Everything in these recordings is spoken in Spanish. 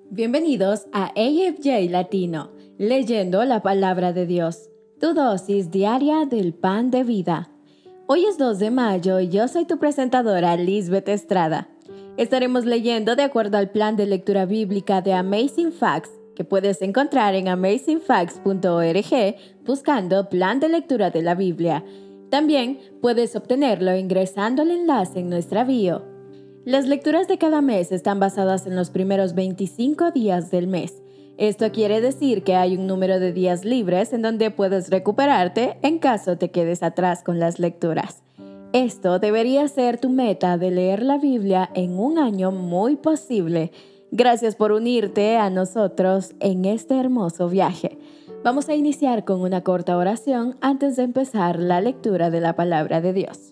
Bienvenidos a AFJ Latino, leyendo la palabra de Dios, tu dosis diaria del pan de vida. Hoy es 2 de mayo y yo soy tu presentadora Lisbeth Estrada. Estaremos leyendo de acuerdo al plan de lectura bíblica de Amazing Facts, que puedes encontrar en amazingfacts.org buscando Plan de Lectura de la Biblia. También puedes obtenerlo ingresando al enlace en nuestra bio. Las lecturas de cada mes están basadas en los primeros 25 días del mes. Esto quiere decir que hay un número de días libres en donde puedes recuperarte en caso te quedes atrás con las lecturas. Esto debería ser tu meta de leer la Biblia en un año muy posible. Gracias por unirte a nosotros en este hermoso viaje. Vamos a iniciar con una corta oración antes de empezar la lectura de la palabra de Dios.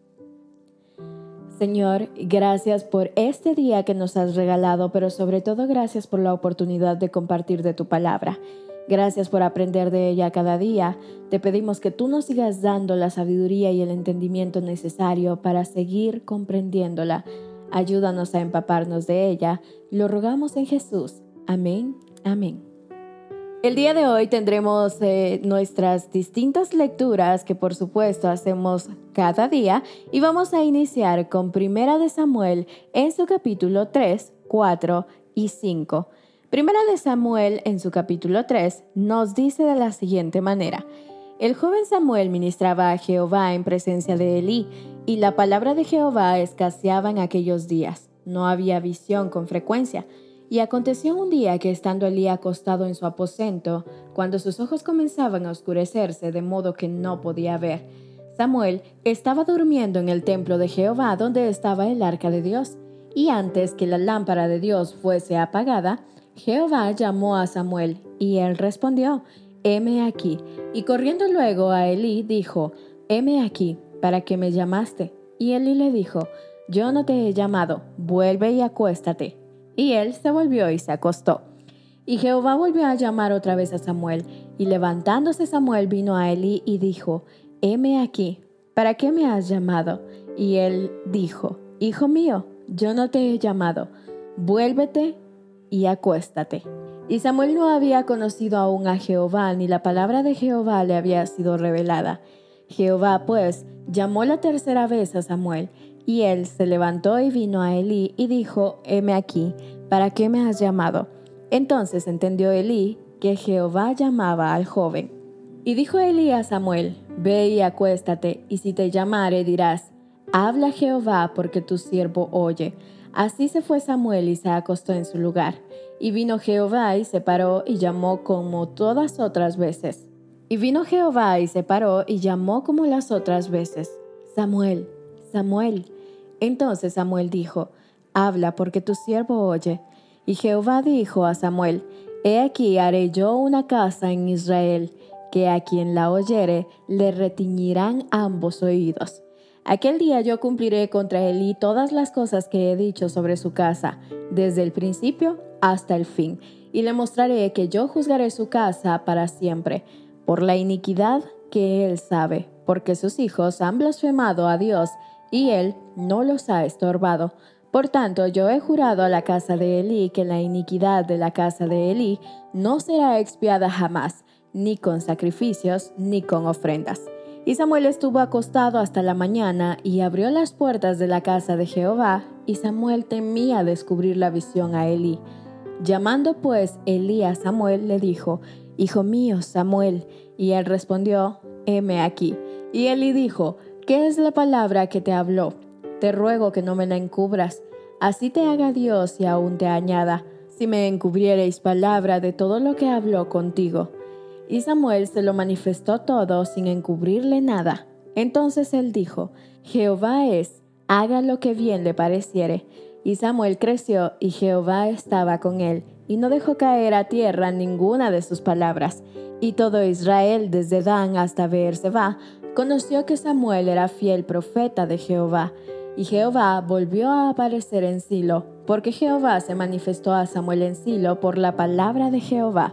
Señor, gracias por este día que nos has regalado, pero sobre todo gracias por la oportunidad de compartir de tu palabra. Gracias por aprender de ella cada día. Te pedimos que tú nos sigas dando la sabiduría y el entendimiento necesario para seguir comprendiéndola. Ayúdanos a empaparnos de ella. Lo rogamos en Jesús. Amén. Amén. El día de hoy tendremos nuestras distintas lecturas que por supuesto hacemos cada día y vamos a iniciar con Primera de Samuel en su capítulo 3, 4 y 5. Primera de Samuel en su capítulo 3 nos dice de la siguiente manera: El joven Samuel ministraba a Jehová en presencia de Elí, y la palabra de Jehová escaseaba en aquellos días. No había visión con frecuencia. Y aconteció un día que estando Elí acostado en su aposento, cuando sus ojos comenzaban a oscurecerse de modo que no podía ver, Samuel estaba durmiendo en el templo de Jehová donde estaba el arca de Dios. Y antes que la lámpara de Dios fuese apagada, Jehová llamó a Samuel, y él respondió: Heme aquí. Y corriendo luego a Elí dijo: Heme aquí, ¿para qué me llamaste? Y Elí le dijo: Yo no te he llamado, vuelve y acuéstate. Y él se volvió y se acostó. Y Jehová volvió a llamar otra vez a Samuel, y levantándose Samuel vino a Elí y dijo: Heme aquí, ¿para qué me has llamado? Y él dijo: Hijo mío, yo no te he llamado, vuélvete y acuéstate. Y Samuel no había conocido aún a Jehová, ni la palabra de Jehová le había sido revelada. Jehová, pues, llamó la tercera vez a Samuel, y él se levantó y vino a Elí y dijo: Heme aquí, ¿para qué me has llamado? Entonces entendió Elí que Jehová llamaba al joven. Y dijo Elí a Samuel: Ve y acuéstate, y si te llamare dirás: Habla Jehová, porque tu siervo oye. Así se fue Samuel y se acostó en su lugar. Y vino Jehová y se paró y llamó como todas otras veces. Y vino Jehová y se paró y llamó como las otras veces: Samuel, Samuel. Entonces Samuel dijo: Habla, porque tu siervo oye. Y Jehová dijo a Samuel: He aquí haré yo una casa en Israel, que a quien la oyere le retiñirán ambos oídos. Aquel día yo cumpliré contra Elí todas las cosas que he dicho sobre su casa, desde el principio hasta el fin, y le mostraré que yo juzgaré su casa para siempre, por la iniquidad que él sabe, porque sus hijos han blasfemado a Dios, y él no los ha estorbado. Por tanto, yo he jurado a la casa de Elí que la iniquidad de la casa de Elí no será expiada jamás, ni con sacrificios, ni con ofrendas. Y Samuel estuvo acostado hasta la mañana, y abrió las puertas de la casa de Jehová, y Samuel temía descubrir la visión a Elí. Llamando pues Elí a Samuel, le dijo: Hijo mío, Samuel. Y él respondió: Heme aquí. Y Elí dijo: ¿Qué es la palabra que te habló? Te ruego que no me la encubras. Así te haga Dios y aún te añada, si me encubriereis palabra de todo lo que habló contigo. Y Samuel se lo manifestó todo sin encubrirle nada. Entonces él dijo: Jehová es, haga lo que bien le pareciere. Y Samuel creció, y Jehová estaba con él, y no dejó caer a tierra ninguna de sus palabras. Y todo Israel, desde Dan hasta Beerseba, conoció que Samuel era fiel profeta de Jehová. Y Jehová volvió a aparecer en Silo, porque Jehová se manifestó a Samuel en Silo por la palabra de Jehová.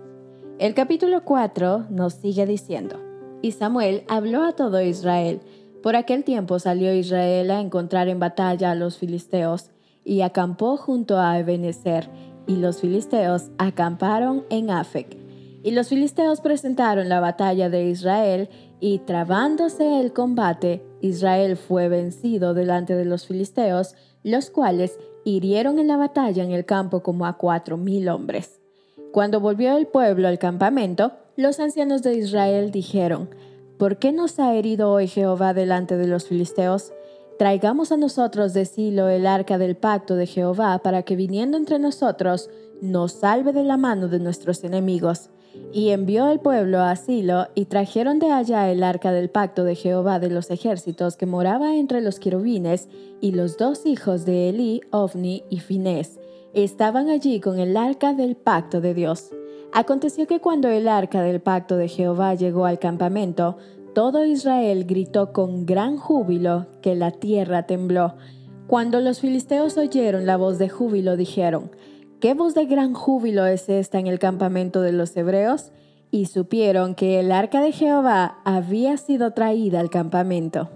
El capítulo 4 nos sigue diciendo: Y Samuel habló a todo Israel. Por aquel tiempo salió Israel a encontrar en batalla a los filisteos. y acampó junto a Ebenezer, y los filisteos acamparon en Afec. Y los filisteos presentaron la batalla de Israel, y trabándose el combate, Israel fue vencido delante de los filisteos, los cuales hirieron en la batalla en el campo como a 4,000 hombres. Cuando volvió el pueblo al campamento, los ancianos de Israel dijeron: ¿Por qué nos ha herido hoy Jehová delante de los filisteos? Traigamos a nosotros de Silo el arca del pacto de Jehová, para que viniendo entre nosotros nos salve de la mano de nuestros enemigos. Y envió el pueblo a Silo, y trajeron de allá el arca del pacto de Jehová de los ejércitos, que moraba entre los querubines, y los 2 hijos de Elí, Ofni y Finés, estaban allí con el arca del pacto de Dios. Aconteció que cuando el arca del pacto de Jehová llegó al campamento, todo Israel gritó con gran júbilo, que la tierra tembló. Cuando los filisteos oyeron la voz de júbilo, dijeron: ¿Qué voz de gran júbilo es esta en el campamento de los hebreos? Y supieron que el arca de Jehová había sido traída al campamento.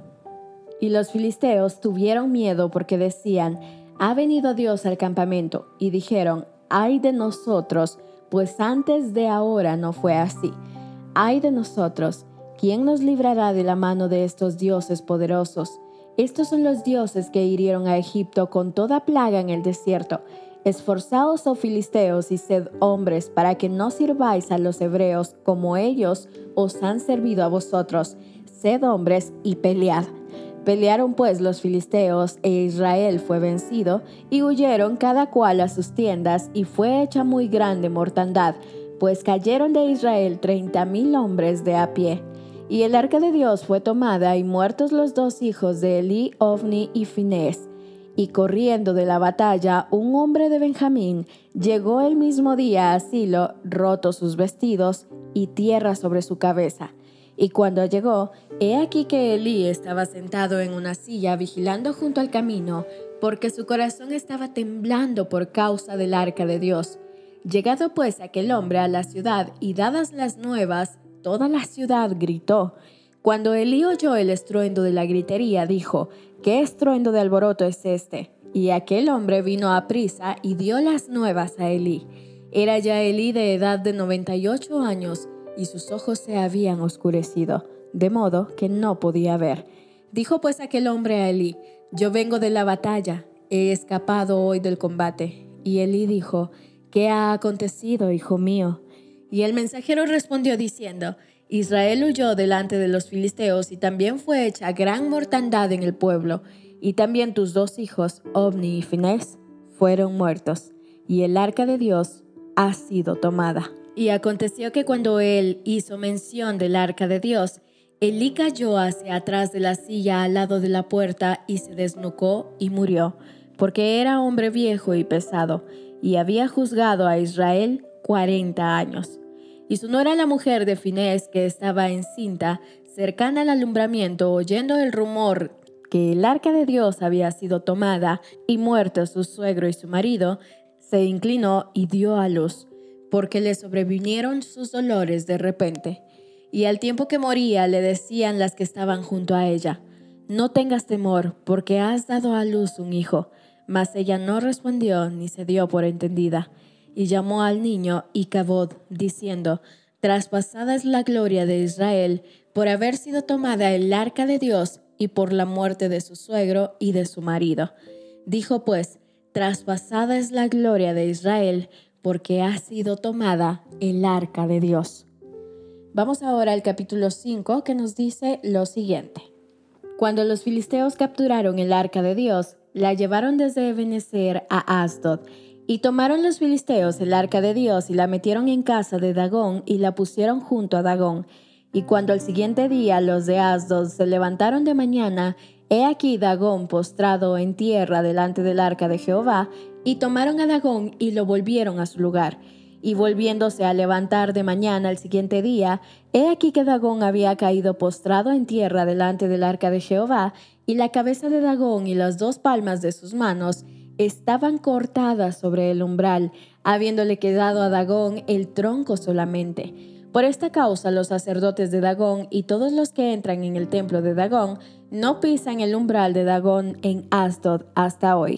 Y los filisteos tuvieron miedo porque decían: ha venido Dios al campamento. Y dijeron: ay de nosotros, pues antes de ahora no fue así. Ay de nosotros, ¿quién nos librará de la mano de estos dioses poderosos? Estos son los dioses que hirieron a Egipto con toda plaga en el desierto. Esforzaos, oh filisteos, y sed hombres, para que no sirváis a los hebreos como ellos os han servido a vosotros. Sed hombres y pelead. Pelearon pues los filisteos, e Israel fue vencido, y huyeron cada cual a sus tiendas, y fue hecha muy grande mortandad, pues cayeron de Israel 30,000 hombres de a pie. Y el arca de Dios fue tomada, y muertos los 2 hijos de Elí, Ofni y Finés. Y corriendo de la batalla, un hombre de Benjamín llegó el mismo día a Silo, rotos sus vestidos y tierra sobre su cabeza. Y cuando llegó, he aquí que Elí estaba sentado en una silla vigilando junto al camino, porque su corazón estaba temblando por causa del arca de Dios. Llegado pues aquel hombre a la ciudad y dadas las nuevas, toda la ciudad gritó. Cuando Elí oyó el estruendo de la gritería, dijo: ¿qué estruendo de alboroto es este? Y aquel hombre vino aprisa y dio las nuevas a Elí. Era ya Elí de edad de 98 años, y sus ojos se habían oscurecido, de modo que no podía ver. Dijo pues aquel hombre a Elí: yo vengo de la batalla, he escapado hoy del combate. Y Elí dijo: ¿qué ha acontecido, hijo mío? Y el mensajero respondió diciendo: Israel huyó delante de los filisteos, y también fue hecha gran mortandad en el pueblo, y también tus 2 hijos, Ofni y Finés, fueron muertos, y el arca de Dios ha sido tomada. Y aconteció que cuando él hizo mención del arca de Dios, Elí cayó hacia atrás de la silla al lado de la puerta y se desnucó y murió, porque era hombre viejo y pesado, y había juzgado a Israel 40 años. Y su nuera, la mujer de Finés, que estaba encinta, cercana al alumbramiento, oyendo el rumor que el arca de Dios había sido tomada y muerto su suegro y su marido, se inclinó y dio a luz, porque le sobrevinieron sus dolores de repente. Y al tiempo que moría le decían las que estaban junto a ella: no tengas temor, porque has dado a luz un hijo. Mas ella no respondió ni se dio por entendida. Y llamó al niño Icabod, diciendo: traspasada es la gloria de Israel por haber sido tomada el arca de Dios y por la muerte de su suegro y de su marido. Dijo pues: traspasada es la gloria de Israel porque ha sido tomada el arca de Dios. Vamos ahora al capítulo 5, que nos dice lo siguiente. Cuando los filisteos capturaron el arca de Dios, la llevaron desde Ebenezer a Asdod. Y tomaron los filisteos el arca de Dios y la metieron en casa de Dagón y la pusieron junto a Dagón. Y cuando al siguiente día los de Asdod se levantaron de mañana, he aquí Dagón postrado en tierra delante del arca de Jehová, y tomaron a Dagón y lo volvieron a su lugar. Y volviéndose a levantar de mañana al siguiente día, he aquí que Dagón había caído postrado en tierra delante del arca de Jehová, y la cabeza de Dagón y las 2 palmas de sus manos estaban cortadas sobre el umbral, habiéndole quedado a Dagón el tronco solamente. Por esta causa los sacerdotes de Dagón y todos los que entran en el templo de Dagón no pisan el umbral de Dagón en Asdod hasta hoy.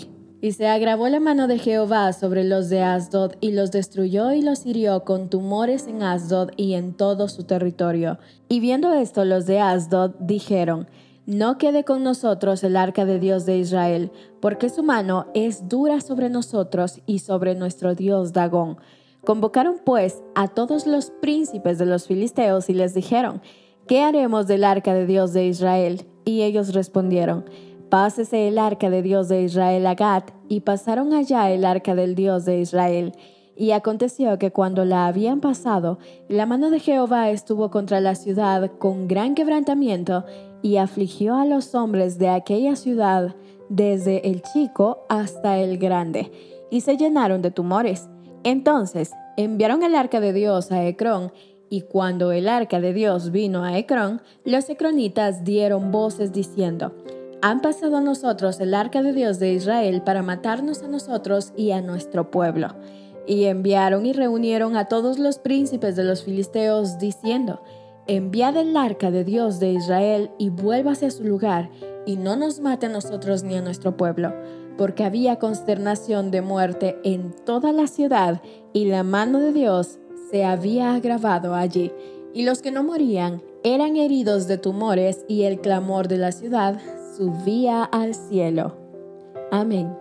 Y se agravó la mano de Jehová sobre los de Asdod, y los destruyó y los hirió con tumores en Asdod y en todo su territorio. Y viendo esto, los de Asdod dijeron: no quede con nosotros el arca de Dios de Israel, porque su mano es dura sobre nosotros y sobre nuestro Dios Dagón. Convocaron pues a todos los príncipes de los filisteos y les dijeron: ¿qué haremos del arca de Dios de Israel? Y ellos respondieron: pásese el arca de Dios de Israel a Gat. Y pasaron allá el arca del Dios de Israel. Y aconteció que cuando la habían pasado, la mano de Jehová estuvo contra la ciudad con gran quebrantamiento, y afligió a los hombres de aquella ciudad, desde el chico hasta el grande, y se llenaron de tumores. Entonces enviaron el arca de Dios a Ecrón, y cuando el arca de Dios vino a Ecrón, los ecronitas dieron voces diciendo: han pasado a nosotros el arca de Dios de Israel para matarnos a nosotros y a nuestro pueblo. Y enviaron y reunieron a todos los príncipes de los filisteos, diciendo: enviad el arca de Dios de Israel y vuélvase a su lugar, y no nos mate a nosotros ni a nuestro pueblo, porque había consternación de muerte en toda la ciudad, y la mano de Dios se había agravado allí. Y los que no morían eran heridos de tumores, y el clamor de la ciudad subía al cielo. Amén.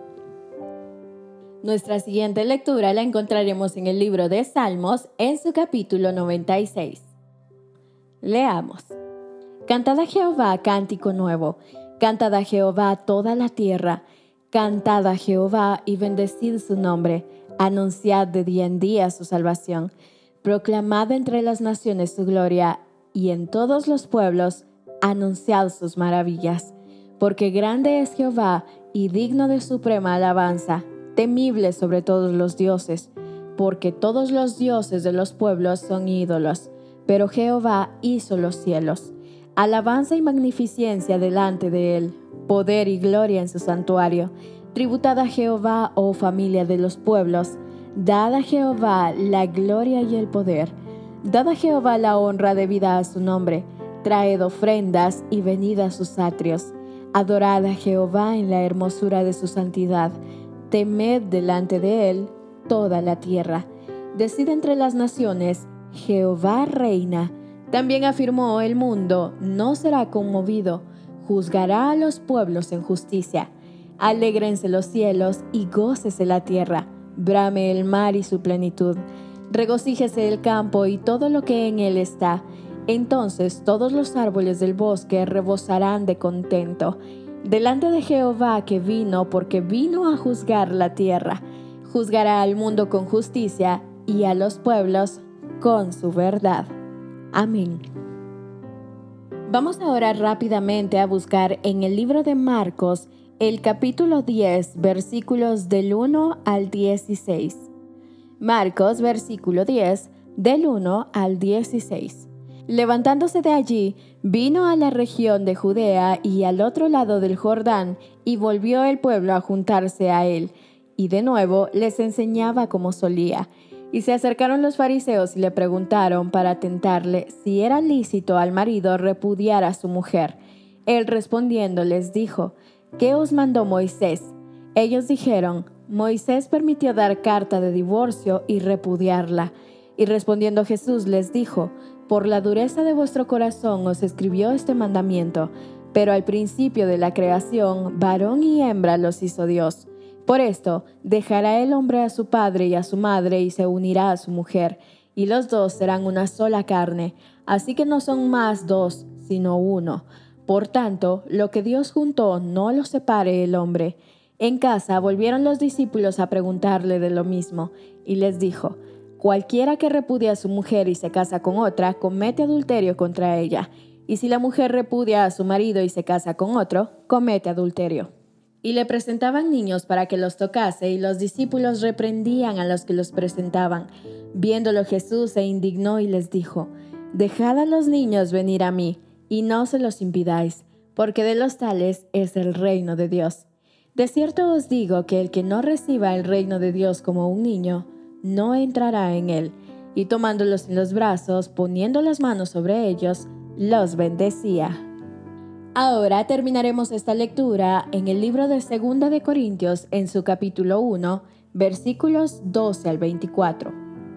Nuestra siguiente lectura la encontraremos en el libro de Salmos, en su capítulo 96. Leamos. Cantad a Jehová cántico nuevo, cantad a Jehová toda la tierra, cantad a Jehová y bendecid su nombre, anunciad de día en día su salvación, proclamad entre las naciones su gloria, y en todos los pueblos anunciad sus maravillas. Porque grande es Jehová y digno de suprema alabanza, temible sobre todos los dioses, porque todos los dioses de los pueblos son ídolos, pero Jehová hizo los cielos. Alabanza y magnificencia delante de él, poder y gloria en su santuario. Tributad a Jehová, oh familia de los pueblos, dad a Jehová la gloria y el poder. Dad a Jehová la honra debida a su nombre, traed ofrendas y venid a sus atrios. Adorad a Jehová en la hermosura de su santidad, temed delante de él toda la tierra. Decid entre las naciones: Jehová reina. También afirmó el mundo: no será conmovido. Juzgará a los pueblos en justicia. Alégrense los cielos y gócese la tierra. Brame el mar y su plenitud. Regocíjese el campo y todo lo que en él está. Entonces todos los árboles del bosque rebosarán de contento delante de Jehová, que vino, porque vino a juzgar la tierra. Juzgará al mundo con justicia y a los pueblos con su verdad. Amén. Vamos ahora rápidamente a buscar en el libro de Marcos el capítulo 10, versículos del 1 al 16. Marcos, versículo 10, del 1 al 16. Levantándose de allí, vino a la región de Judea y al otro lado del Jordán, y volvió el pueblo a juntarse a él, y de nuevo les enseñaba como solía. Y se acercaron los fariseos y le preguntaron para tentarle si era lícito al marido repudiar a su mujer. Él respondiendo les dijo: ¿qué os mandó Moisés? Ellos dijeron: Moisés permitió dar carta de divorcio y repudiarla. Y respondiendo Jesús les dijo: por la dureza de vuestro corazón os escribió este mandamiento, pero al principio de la creación, varón y hembra los hizo Dios. Por esto, dejará el hombre a su padre y a su madre y se unirá a su mujer, y los dos serán una sola carne. Así que no son más dos, sino uno. Por tanto, lo que Dios juntó no lo separe el hombre. En casa volvieron los discípulos a preguntarle de lo mismo, y les dijo: cualquiera que repudia a su mujer y se casa con otra, comete adulterio contra ella. Y si la mujer repudia a su marido y se casa con otro, comete adulterio. Y le presentaban niños para que los tocase, y los discípulos reprendían a los que los presentaban. Viéndolo Jesús se indignó y les dijo: dejad a los niños venir a mí, y no se los impidáis, porque de los tales es el reino de Dios. De cierto os digo que el que no reciba el reino de Dios como un niño, no entrará en él. Y tomándolos en los brazos, poniendo las manos sobre ellos, los bendecía. Ahora terminaremos esta lectura en el libro de 2 de Corintios en su capítulo 1, versículos 12 al 24.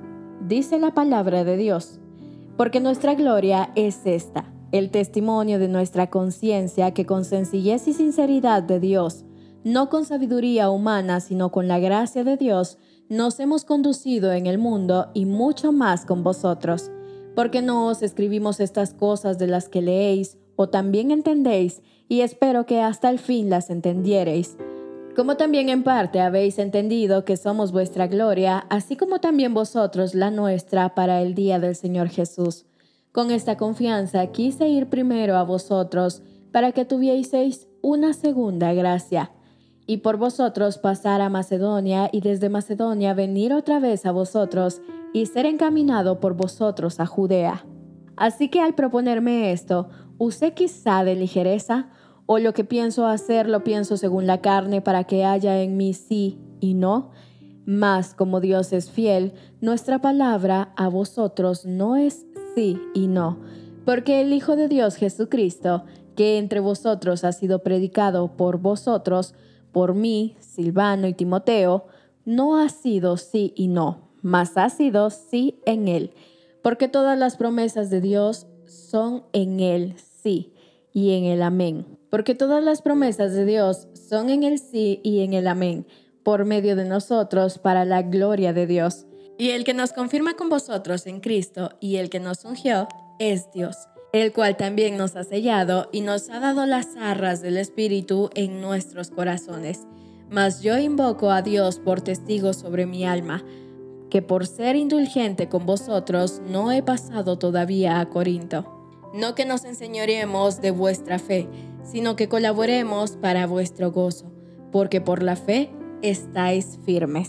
Dice la palabra de Dios: porque nuestra gloria es esta, el testimonio de nuestra conciencia, que con sencillez y sinceridad de Dios, no con sabiduría humana, sino con la gracia de Dios, nos hemos conducido en el mundo y mucho más con vosotros. Porque no os escribimos estas cosas de las que leéis o también entendéis, y espero que hasta el fin las entendiereis. Como también en parte habéis entendido que somos vuestra gloria, así como también vosotros la nuestra para el día del Señor Jesús. Con esta confianza quise ir primero a vosotros, para que tuvieseis una segunda gracia, y por vosotros pasar a Macedonia, y desde Macedonia venir otra vez a vosotros, y ser encaminado por vosotros a Judea. Así que al proponerme esto, ¿usé quizá de ligereza? ¿O lo que pienso hacer lo pienso según la carne, para que haya en mí sí y no? Mas como Dios es fiel, nuestra palabra a vosotros no es sí y no, porque el Hijo de Dios Jesucristo, que entre vosotros ha sido predicado por vosotros, por mí, Silvano y Timoteo, no ha sido sí y no, mas ha sido sí en él, porque todas las promesas de Dios son en el sí y en el amén. Porque todas las promesas de Dios son en el sí y en el amén, por medio de nosotros, para la gloria de Dios. Y el que nos confirma con vosotros en Cristo y el que nos ungió es Dios, el cual también nos ha sellado y nos ha dado las arras del Espíritu en nuestros corazones. Mas yo invoco a Dios por testigo sobre mi alma, que por ser indulgente con vosotros no he pasado todavía a Corinto. No que nos enseñoremos de vuestra fe, sino que colaboremos para vuestro gozo, porque por la fe estáis firmes.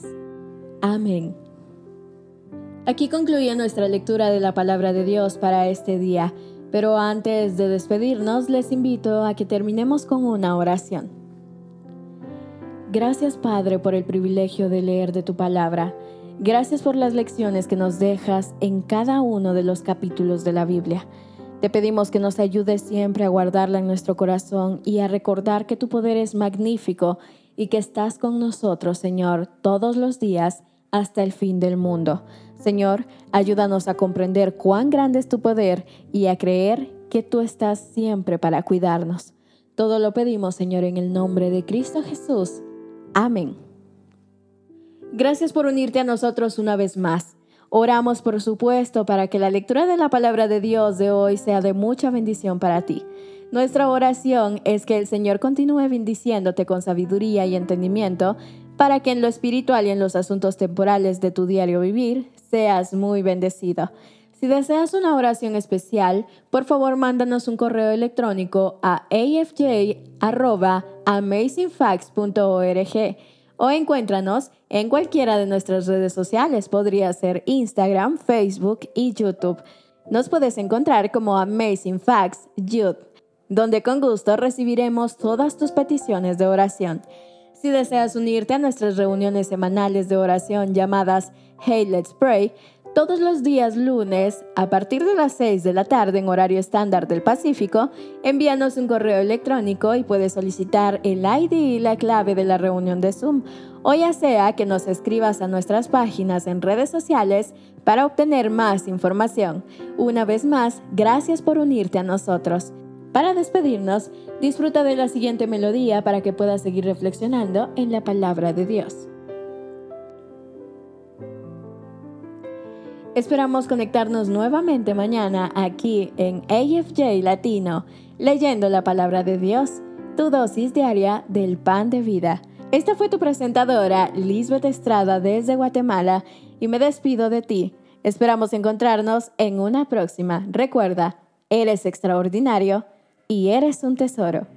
Amén. Aquí concluye nuestra lectura de la palabra de Dios para este día, pero antes de despedirnos les invito a que terminemos con una oración. Gracias, Padre, por el privilegio de leer de tu palabra. Gracias por las lecciones que nos dejas en cada uno de los capítulos de la Biblia. Te pedimos que nos ayudes siempre a guardarla en nuestro corazón y a recordar que tu poder es magnífico y que estás con nosotros, Señor, todos los días hasta el fin del mundo. Señor, ayúdanos a comprender cuán grande es tu poder y a creer que tú estás siempre para cuidarnos. Todo lo pedimos, Señor, en el nombre de Cristo Jesús. Amén. Gracias por unirte a nosotros una vez más. Oramos, por supuesto, para que la lectura de la palabra de Dios de hoy sea de mucha bendición para ti. Nuestra oración es que el Señor continúe bendiciéndote con sabiduría y entendimiento, para que en lo espiritual y en los asuntos temporales de tu diario vivir seas muy bendecido. Si deseas una oración especial, por favor mándanos un correo electrónico a afj@amazingfacts.org o encuéntranos en cualquiera de nuestras redes sociales. Podría ser Instagram, Facebook y YouTube. Nos puedes encontrar como Amazing Facts Youth, donde con gusto recibiremos todas tus peticiones de oración. Si deseas unirte a nuestras reuniones semanales de oración llamadas Hey Let's Pray, todos los días lunes, a partir de las 6 de la tarde en horario estándar del Pacífico, envíanos un correo electrónico y puedes solicitar el ID y la clave de la reunión de Zoom, o ya sea que nos escribas a nuestras páginas en redes sociales para obtener más información. Una vez más, gracias por unirte a nosotros. Para despedirnos, disfruta de la siguiente melodía para que puedas seguir reflexionando en la palabra de Dios. Esperamos conectarnos nuevamente mañana aquí en AFJ Latino, leyendo la palabra de Dios, tu dosis diaria del pan de vida. Esta fue tu presentadora, Lisbeth Estrada, desde Guatemala, y me despido de ti. Esperamos encontrarnos en una próxima. Recuerda, eres extraordinario y eres un tesoro.